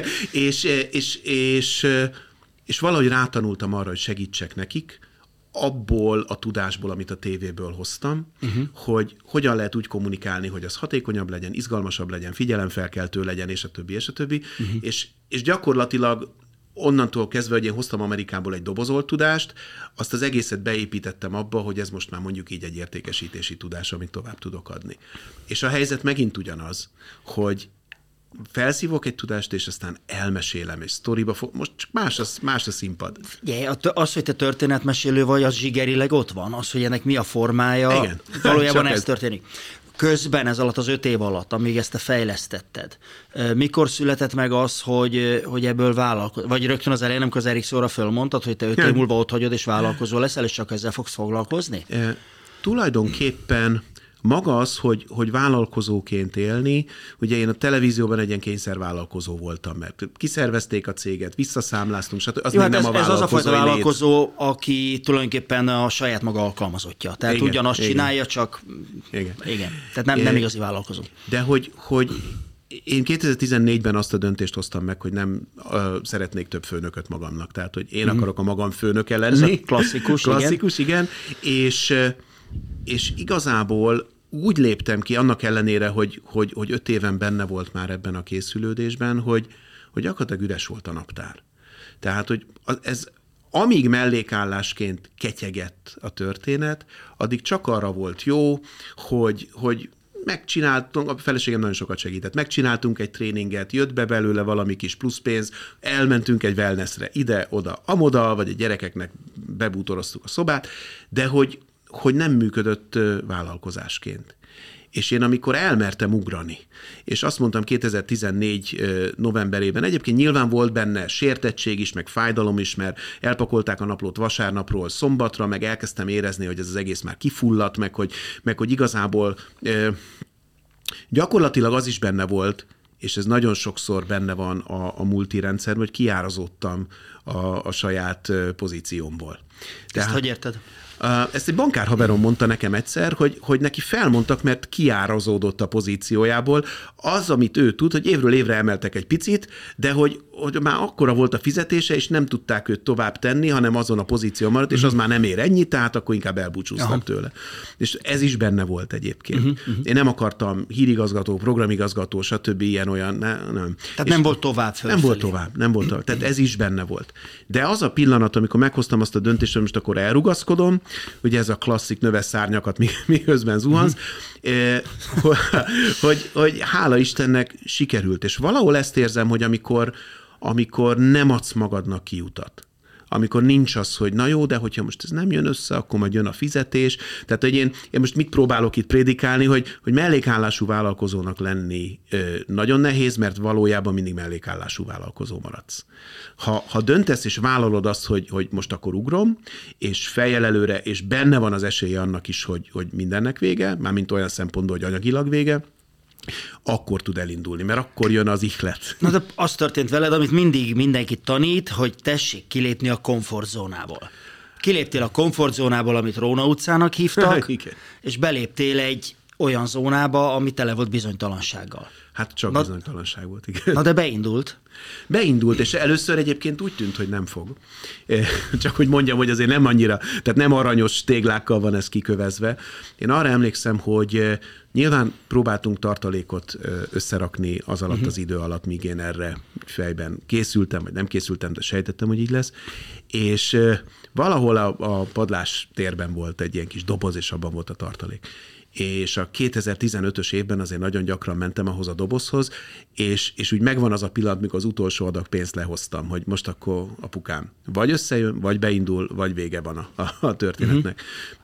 Speaker 1: És valahogy rátanultam arra, hogy segítsek nekik, abból a tudásból, amit a tévéből hoztam, hogy hogyan lehet úgy kommunikálni, hogy az hatékonyabb legyen, izgalmasabb legyen, figyelemfelkeltő legyen, és a többi, és a többi. És gyakorlatilag onnantól kezdve, hogy én hoztam Amerikából egy dobozolt tudást, azt az egészet beépítettem abba, hogy ez most már mondjuk így egy értékesítési tudás, amit tovább tudok adni. És a helyzet megint ugyanaz, hogy felszívok egy tudást, és aztán elmesélem, és sztoriba most csak más a színpad.
Speaker 2: Az, hogy te történetmesélő vagy, az zsigerileg ott van. Az, hogy ennek mi a formája,
Speaker 1: igen,
Speaker 2: valójában ez történik. Közben ez alatt az 5 év alatt, amíg ezt te fejlesztetted, mikor született meg az, hogy ebből vállalkozol? Vagy rögtön az elején, amikor az Ericssonra fölmondtad, hogy te 5 év múlva ott hagyod, és vállalkozó leszel, és csak ezzel fogsz foglalkozni?
Speaker 1: Tulajdonképpen maga az, hogy vállalkozóként élni, ugye én a televízióban egy ilyen kényszervállalkozó voltam, mert kiszervezték a céget, visszaszámláztunk, stb.
Speaker 2: Ez az a fajta vállalkozó, aki tulajdonképpen a saját maga alkalmazottja. Tehát igen, ugyanazt csinálja, csak igen. Tehát nem igazi vállalkozó.
Speaker 1: De hogy én 2014-ben azt a döntést hoztam meg, hogy nem szeretnék több főnököt magamnak. Tehát, hogy én akarok a magam főnöke lenni.
Speaker 2: Klasszikus, igen.
Speaker 1: És igazából úgy léptem ki, annak ellenére, hogy 5 éven benne volt már ebben a készülődésben, hogy gyakorlatilag üres volt a naptár. Tehát, hogy ez amíg mellékállásként ketyegett a történet, addig csak arra volt jó, hogy megcsináltunk, a feleségem nagyon sokat segített, megcsináltunk egy tréninget, jött be belőle valami kis pluszpénz, elmentünk egy wellnessre ide, oda, amoda, vagy a gyerekeknek bebútoroztuk a szobát, de hogy nem működött vállalkozásként. És én amikor elmertem ugrani, és azt mondtam 2014 novemberében, egyébként nyilván volt benne sértettség is, meg fájdalom is, mert elpakolták a naplót vasárnapról szombatra, meg elkezdtem érezni, hogy ez az egész már kifulladt, meg hogy igazából gyakorlatilag az is benne volt, és ez nagyon sokszor benne van a multirendszerben, hogy kiárazódtam a saját pozíciómból.
Speaker 2: Ezt hogy érted?
Speaker 1: Ezt egy bankár haverom mondta nekem egyszer, hogy neki felmondtak, mert kiárazódott a pozíciójából. Az, amit ő tud, hogy évről évre emeltek egy picit, de hogy már akkora volt a fizetése, és nem tudták őt tovább tenni, hanem azon a pozíció maradt, és az már nem ér ennyit, tehát akkor inkább elbúcsúztak tőle. És ez is benne volt egyébként. Én nem akartam hírigazgató, programigazgató, stb. Ilyen-olyan. Nem.
Speaker 2: Tehát nem volt tovább fölfelé.
Speaker 1: Nem volt tovább. Tehát ez is benne volt. De az a pillanat, amikor meghoztam azt a döntést, hogy most akkor elrugaszkodom, ugye ez a klasszik növes szárnyakat miközben zuhansz, hogy hála Istennek sikerült. És valahol ezt érzem, hogy amikor nem adsz magadnak kiutat, amikor nincs az, hogy na jó, de hogyha most ez nem jön össze, akkor majd jön a fizetés. Tehát, hogy én most mit próbálok itt prédikálni, hogy mellékállású vállalkozónak lenni nagyon nehéz, mert valójában mindig mellékállású vállalkozó maradsz. Ha döntesz és vállalod azt, hogy most akkor ugrom, és fejjel előre, és benne van az esélye annak is, hogy mindennek vége, mármint olyan szempontból, hogy anyagilag vége, akkor tud elindulni, mert akkor jön az ihlet.
Speaker 2: Na de az történt veled, amit mindig mindenki tanít, hogy tessék kilépni a komfortzónából. Kiléptél a komfortzónából, amit Róna utcának hívtak, és beléptél egy olyan zónába, ami tele volt bizonytalansággal.
Speaker 1: Hát csak bizonytalanság volt, igen.
Speaker 2: Na de beindult.
Speaker 1: Beindult, és először egyébként úgy tűnt, hogy nem fog. Csak hogy mondjam, hogy azért nem annyira, tehát nem aranyos téglákkal van ez kikövezve. Én arra emlékszem, hogy nyilván próbáltunk tartalékot összerakni az alatt az idő alatt, míg én erre fejben készültem, vagy nem készültem, de sejtettem, hogy így lesz. És valahol a padlás térben volt egy ilyen kis doboz, és abban volt a tartalék. És a 2015-ös évben azért nagyon gyakran mentem ahhoz a dobozhoz, és úgy megvan az a pillanat, mikor az utolsó adag pénzt lehoztam, hogy most akkor apukám vagy összejön, vagy beindul, vagy vége van a történetnek.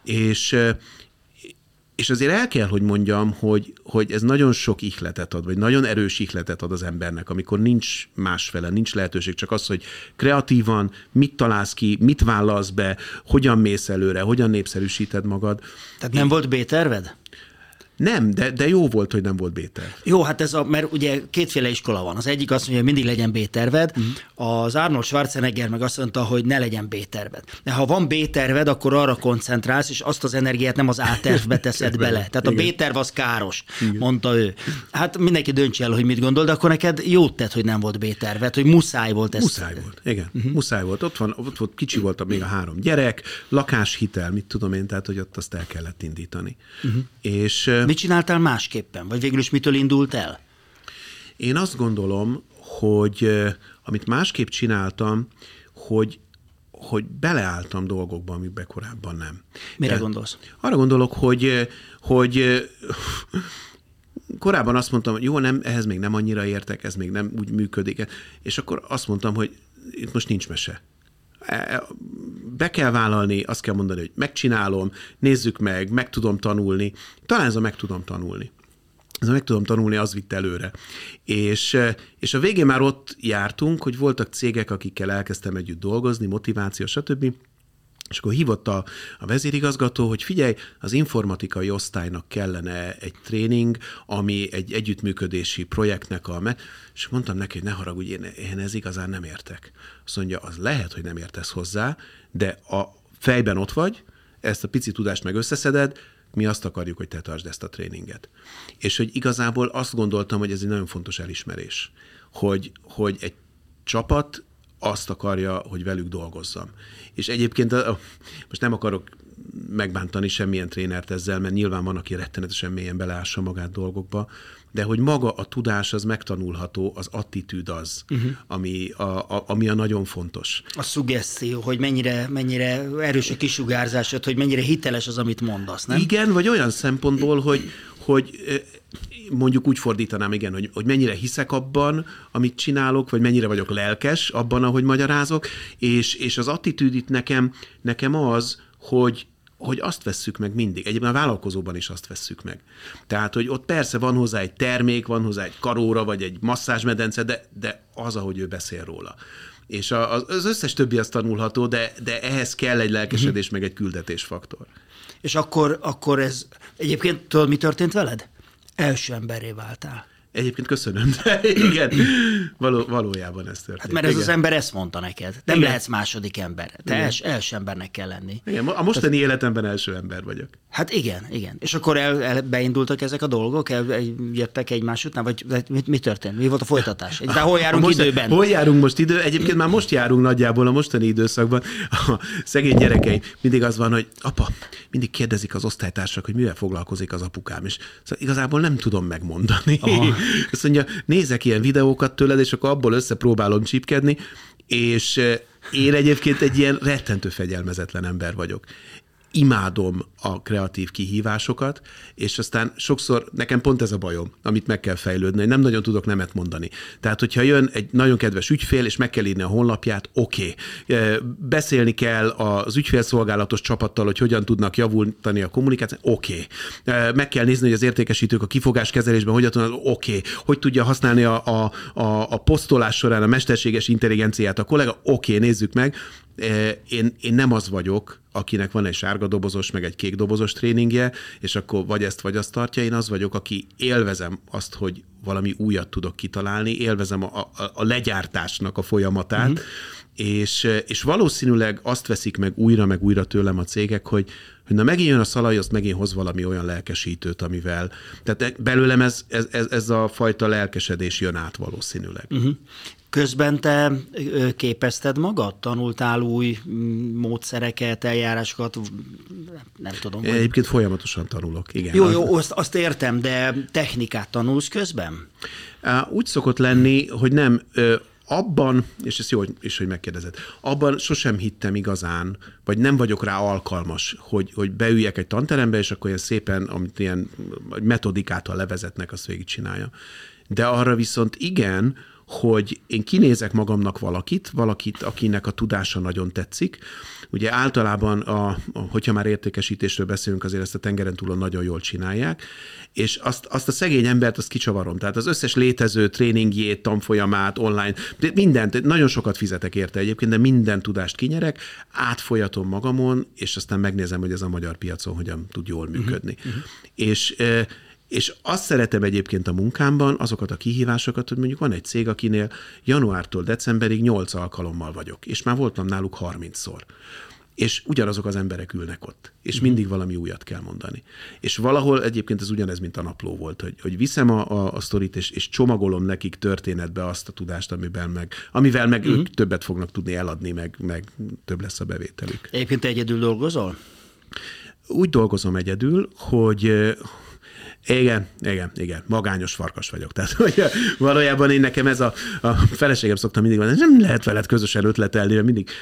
Speaker 1: És azért el kell, hogy mondjam, hogy ez nagyon sok ihletet ad, vagy nagyon erős ihletet ad az embernek, amikor nincs másfele, nincs lehetőség, csak az, hogy kreatívan mit találsz ki, mit vállalsz be, hogyan mész előre, hogyan népszerűsíted magad.
Speaker 2: Tehát nem volt B-terved?
Speaker 1: Nem, de jó volt, hogy nem volt B-terv.
Speaker 2: Jó, hát mert ugye kétféle iskola van. Az egyik azt mondja, hogy mindig legyen B-terved, az Arnold Schwarzenegger meg azt mondta, hogy ne legyen B-terved. De ha van B-terved, akkor arra koncentrálsz, és azt az energiát nem az A-tervbe teszed bele. Tehát a B-terv az káros, mondta ő. Hát mindenki döntse el, hogy mit gondol, de akkor neked jót tett, hogy nem volt B-terved, hogy muszáj volt ezt.
Speaker 1: Muszáj volt, igen. Muszáj volt. Ott volt, kicsi volt még a 3 gyerek, lakáshitel, mit tudom én, tehát hogy ott azt el kellett indítani. És
Speaker 2: mit csináltál másképpen? Vagy végül is mitől indult el?
Speaker 1: Én azt gondolom, hogy amit másképp csináltam, hogy beleálltam dolgokba, amikbe korábban nem.
Speaker 2: Mire gondolsz?
Speaker 1: Arra gondolok, hogy korábban azt mondtam, hogy jó, nem, ehhez még nem annyira értek, ez még nem úgy működik. És akkor azt mondtam, hogy itt most nincs mese. Be kell vállalni, azt kell mondani, hogy megcsinálom, nézzük meg tudom tanulni. Talán ez a meg tudom tanulni. Ez a meg tudom tanulni, az vitt előre. És a végén már ott jártunk, hogy voltak cégek, akikkel elkezdtem együtt dolgozni, motiváció, stb. És akkor hívott a vezérigazgató, hogy figyelj, az informatikai osztálynak kellene egy tréning, ami egy együttműködési projektnek és mondtam neki, hogy ne haragudj, én ez igazán nem értek. Azt mondja, az lehet, hogy nem értesz hozzá, de a fejben ott vagy, ezt a pici tudást meg összeszeded, mi azt akarjuk, hogy te tartsd ezt a tréninget. És hogy igazából azt gondoltam, hogy ez egy nagyon fontos elismerés, hogy egy csapat azt akarja, hogy velük dolgozzam. És egyébként most nem akarok megbántani semmilyen trénert ezzel, mert nyilván van, aki rettenetesen mélyen beleássa magát dolgokba, de hogy maga a tudás az megtanulható, az attitűd az, ami a nagyon fontos.
Speaker 2: A szuggesztió, hogy mennyire erős a kisugárzásod, hogy mennyire hiteles az, amit mondasz, nem?
Speaker 1: Igen, vagy olyan szempontból, hogy mondjuk úgy fordítanám, igen, hogy mennyire hiszek abban, amit csinálok, vagy mennyire vagyok lelkes abban, ahogy magyarázok, és az attitűd itt nekem az, hogy azt vesszük meg mindig. Egyébként a vállalkozóban is azt vesszük meg. Tehát, hogy ott persze van hozzá egy termék, van hozzá egy karóra, vagy egy masszázsmedence, de az, ahogy ő beszél róla. És az összes többi az tanulható, de ehhez kell egy lelkesedés, meg egy küldetésfaktor. És
Speaker 2: akkor ez... Egyébként tudod, mi történt veled? Első emberré váltál.
Speaker 1: Egyébként köszönöm, de igen, valójában ez történt.
Speaker 2: Hát mert ez igen. Az ember ezt mondta neked. Nem igen. Lehetsz második ember. Te első embernek kell lenni.
Speaker 1: Igen, a mostani életemben első ember vagyok.
Speaker 2: Hát igen. És akkor beindultak ezek a dolgok? Jöttek egymás után? Vagy mi történt? Mi volt a folytatás? De hol járunk időben?
Speaker 1: Hol járunk most Egyébként már most járunk nagyjából a mostani időszakban. A szegény gyerekeim mindig az van, hogy apa, mindig kérdezik az osztálytársak, hogy mivel foglalkozik az apukám. És szóval igazából nem tudom megmondani. Aha. Azt mondja, nézek ilyen videókat tőled, és akkor abból összepróbálom csípkedni, és én egyébként egy ilyen rettentő fegyelmezetlen ember vagyok. Imádom a kreatív kihívásokat, és aztán sokszor nekem pont ez a bajom, amit meg kell fejlődni, hogy nem nagyon tudok nemet mondani. Tehát, hogyha jön egy nagyon kedves ügyfél, és meg kell írni a honlapját, oké. Beszélni kell az ügyfélszolgálatos csapattal, hogy hogyan tudnak javultani a kommunikáció, oké. Meg kell nézni, hogy az értékesítők a kifogáskezelésben hogyan tudnak, oké. Hogy tudja használni a posztolás során a mesterséges intelligenciát a kollega, oké, nézzük meg. Én nem az vagyok, akinek van egy sárga dobozos, meg egy kék dobozos tréningje, és akkor vagy ezt, vagy azt tartja. Én az vagyok, aki élvezem azt, hogy valami újat tudok kitalálni, élvezem a legyártásnak a folyamatát, és valószínűleg azt veszik meg újra tőlem a cégek, hogy na megint jön a szalaj, azt megint hoz valami olyan lelkesítőt, amivel... Tehát belőlem ez a fajta lelkesedés jön át valószínűleg.
Speaker 2: Közben te képezted magad? Tanultál új módszereket, eljárásokat? Nem tudom.
Speaker 1: Egyébként folyamatosan tanulok, igen.
Speaker 2: Jó, azt értem, de technikát tanulsz közben?
Speaker 1: Úgy szokott lenni, hogy nem... Abban, és ez jó is, hogy megkérdezed, abban sosem hittem igazán, vagy nem vagyok rá alkalmas, hogy beüljek egy tanterembe, és akkor ilyen szépen, amit ilyen metodikától levezetnek, azt végigcsinálja. De arra viszont igen, hogy én kinézek magamnak valakit, akinek a tudása nagyon tetszik. Ugye általában, hogyha már értékesítésről beszélünk, azért ezt a tengeren túlon nagyon jól csinálják, és azt a szegény embert, azt kicsavarom. Tehát az összes létező tréningjét, tanfolyamát, online, mindent, nagyon sokat fizetek érte egyébként, de minden tudást kinyerek, átfolyatom magamon, és aztán megnézem, hogy ez a magyar piacon hogyan tud jól működni. És azt szeretem egyébként a munkámban, azokat a kihívásokat, hogy mondjuk van egy cég, akinél januártól decemberig 8 alkalommal vagyok, és már voltam náluk 30-szor. És ugyanazok az emberek ülnek ott, és mindig valami újat kell mondani. És valahol egyébként ez ugyanez, mint a napló volt, hogy viszem a sztorit, és csomagolom nekik történetbe azt a tudást, amivel meg ők többet fognak tudni eladni, meg több lesz a bevételük.
Speaker 2: Egyébként te egyedül dolgozol?
Speaker 1: Úgy dolgozom egyedül, hogy... Igen, magányos farkas vagyok. Tehát hogy valójában nekem ez a feleségem szoktam mindig mondani, nem lehet veled közösen ötletelni, mert mindig.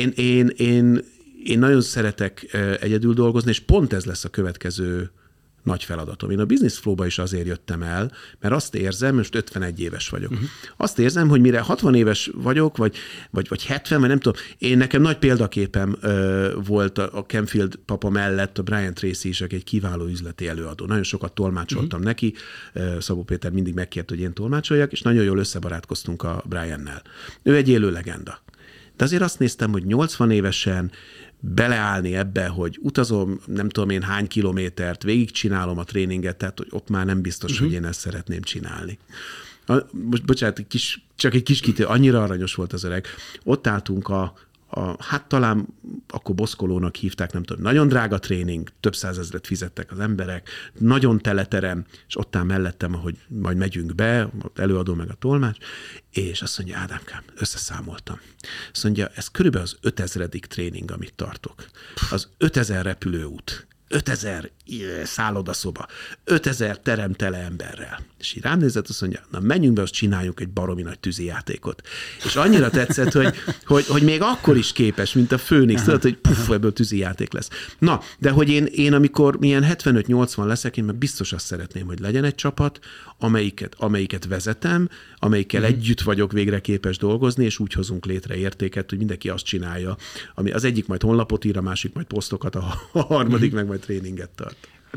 Speaker 1: Én nagyon szeretek egyedül dolgozni, és pont ez lesz a következő nagy feladatom. Én a Business Flow-ba is azért jöttem el, mert azt érzem, most 51 éves vagyok. Azt érzem, hogy mire 60 éves vagyok, vagy 70, vagy nem tudom, nekem nagy példaképem volt a Canfield papa mellett a Brian Tracy is, aki egy kiváló üzleti előadó. Nagyon sokat tolmácsoltam neki, Szabó Péter mindig megkért, hogy én tolmácsoljak, és nagyon jól összebarátkoztunk a Briannel. Ő egy élő legenda. De azért azt néztem, hogy 80 évesen beleállni ebbe, hogy utazom, nem tudom én hány kilométert, végigcsinálom a tréninget, tehát hogy ott már nem biztos, hogy én ezt szeretném csinálni. Most bocsánat, csak egy kis kitérő, annyira aranyos volt az öreg. Ott álltunk hát talán akkor boszkolónak hívták, nem tudom, nagyon drága tréning, több százezret fizettek az emberek, nagyon teleterem, és ott áll mellettem, ahogy majd megyünk be, előadó meg a tolmács, és azt mondja, Ádámkám, összeszámoltam. Azt mondja, ez körülbelül az 5000. tréning, amit tartok. Az 5000 repülőút, 5000 szállodaszoba, 5000 teremtele emberrel. És így rám nézett, azt mondja, na menjünk be, azt csináljunk egy baromi nagy tűzijátékot. És annyira tetszett, hogy még akkor is képes, mint a Főnix, tudod, hogy ebből tűzijáték lesz. Na, de hogy én amikor milyen 75-80 leszek, én meg biztos azt szeretném, hogy legyen egy csapat, amelyiket vezetem, amelyikkel együtt vagyok végre képes dolgozni, és úgy hozunk létre értéket, hogy mindenki azt csinálja, ami az egyik majd honlapot ír, a másik majd posztokat, a harmadik meg majd tréninget tart.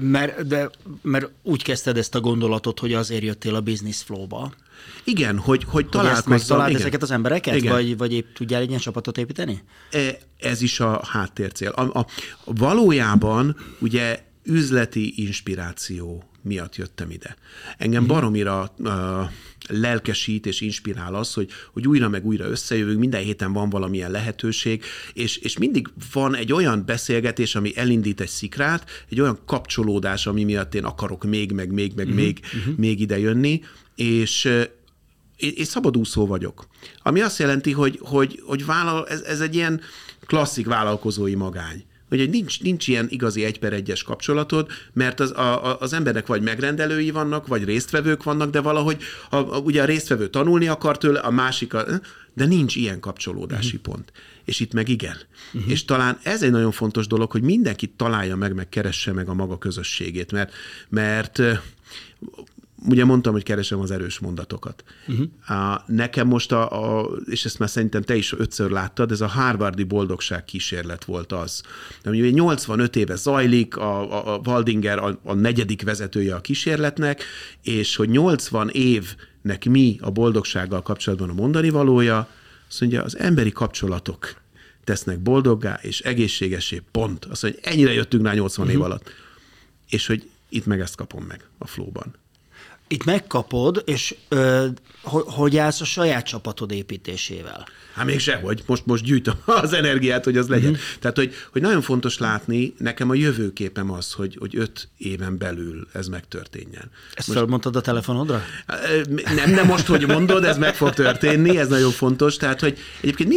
Speaker 2: Mert úgy kezdted ezt a gondolatot, hogy azért jöttél a Business Flow-ba.
Speaker 1: Igen, hogy találkozzam.
Speaker 2: Találd ezeket az embereket? Vagy épp tudjál egy ilyen csapatot építeni?
Speaker 1: Ez is a háttércél. Valójában ugye üzleti inspiráció miatt jöttem ide. Engem baromira lelkesít és inspirál az, hogy újra meg újra összejövünk, minden héten van valamilyen lehetőség, és mindig van egy olyan beszélgetés, ami elindít egy szikrát, egy olyan kapcsolódás, ami miatt én akarok még ide jönni, és szabadúszó vagyok. Ami azt jelenti, hogy ez egy ilyen klasszik vállalkozói magány. Hogy nincs ilyen igazi 1/1-es kapcsolatod, mert az embernek vagy megrendelői vannak, vagy résztvevők vannak, de valahogy ugye a résztvevő tanulni akar tőle, a másik, de nincs ilyen kapcsolódási pont. És itt meg igen. És talán ez egy nagyon fontos dolog, hogy mindenki találja meg keresse meg a maga közösségét, mert ugye mondtam, hogy keresem az erős mondatokat. Nekem most, és ezt már szerintem te is 5-ször láttad, ez a harvardi boldogság kísérlet volt az. Ami 85 éve zajlik, a Waldinger a 4. vezetője a kísérletnek, és hogy 80 évnek mi a boldogsággal kapcsolatban a mondani valója, azt mondja, az emberi kapcsolatok tesznek boldoggá és egészségessé, pont. Azt mondja, ennyire jöttünk rá 80 év alatt. És hogy itt meg ezt kapom meg a flow-ban.
Speaker 2: Itt megkapod, és hogy állsz a saját csapatod építésével?
Speaker 1: Hát még sehogy. Most gyűjtöm az energiát, hogy az legyen. Tehát, hogy nagyon fontos látni, nekem a jövőképem az, hogy 5 éven belül ez megtörténjen.
Speaker 2: Ezt felmondtad a telefonodra?
Speaker 1: Nem, de most, hogy mondod, ez meg fog történni, ez nagyon fontos. Tehát, hogy egyébként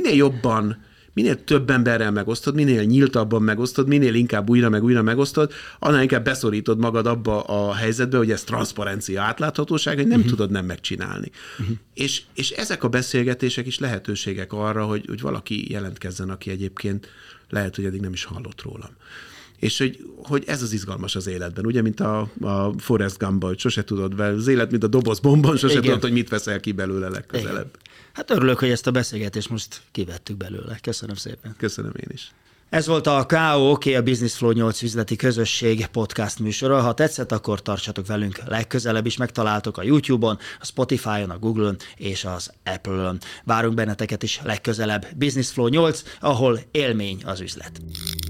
Speaker 1: minél több emberrel megosztod, minél nyíltabban megosztod, minél inkább újra megosztod, annál inkább beszorítod magad abba a helyzetbe, hogy ez transzparencia, átláthatóság, hogy nem tudod nem megcsinálni. És ezek a beszélgetések is lehetőségek arra, hogy valaki jelentkezzen, aki egyébként lehet, hogy eddig nem is hallott rólam. És hogy ez az izgalmas az életben, ugye, mint a Forrest Gumbban, hogy sose tudod, az élet, mint a dobozbomban, sose tudod, hogy mit veszel ki belőle legközelebb. Igen.
Speaker 2: Hát örülök, hogy ezt a beszélgetést most kivettük belőle. Köszönöm szépen.
Speaker 1: Köszönöm én is.
Speaker 2: Ez volt a KOK, a Business Flow 8 üzleti közösség podcast műsora. Ha tetszett, akkor tartsatok velünk legközelebb is. Megtaláltok a YouTube-on, a Spotify-on, a Google-on és az Apple-on. Várunk benneteket is legközelebb. Business Flow 8, ahol élmény az üzlet.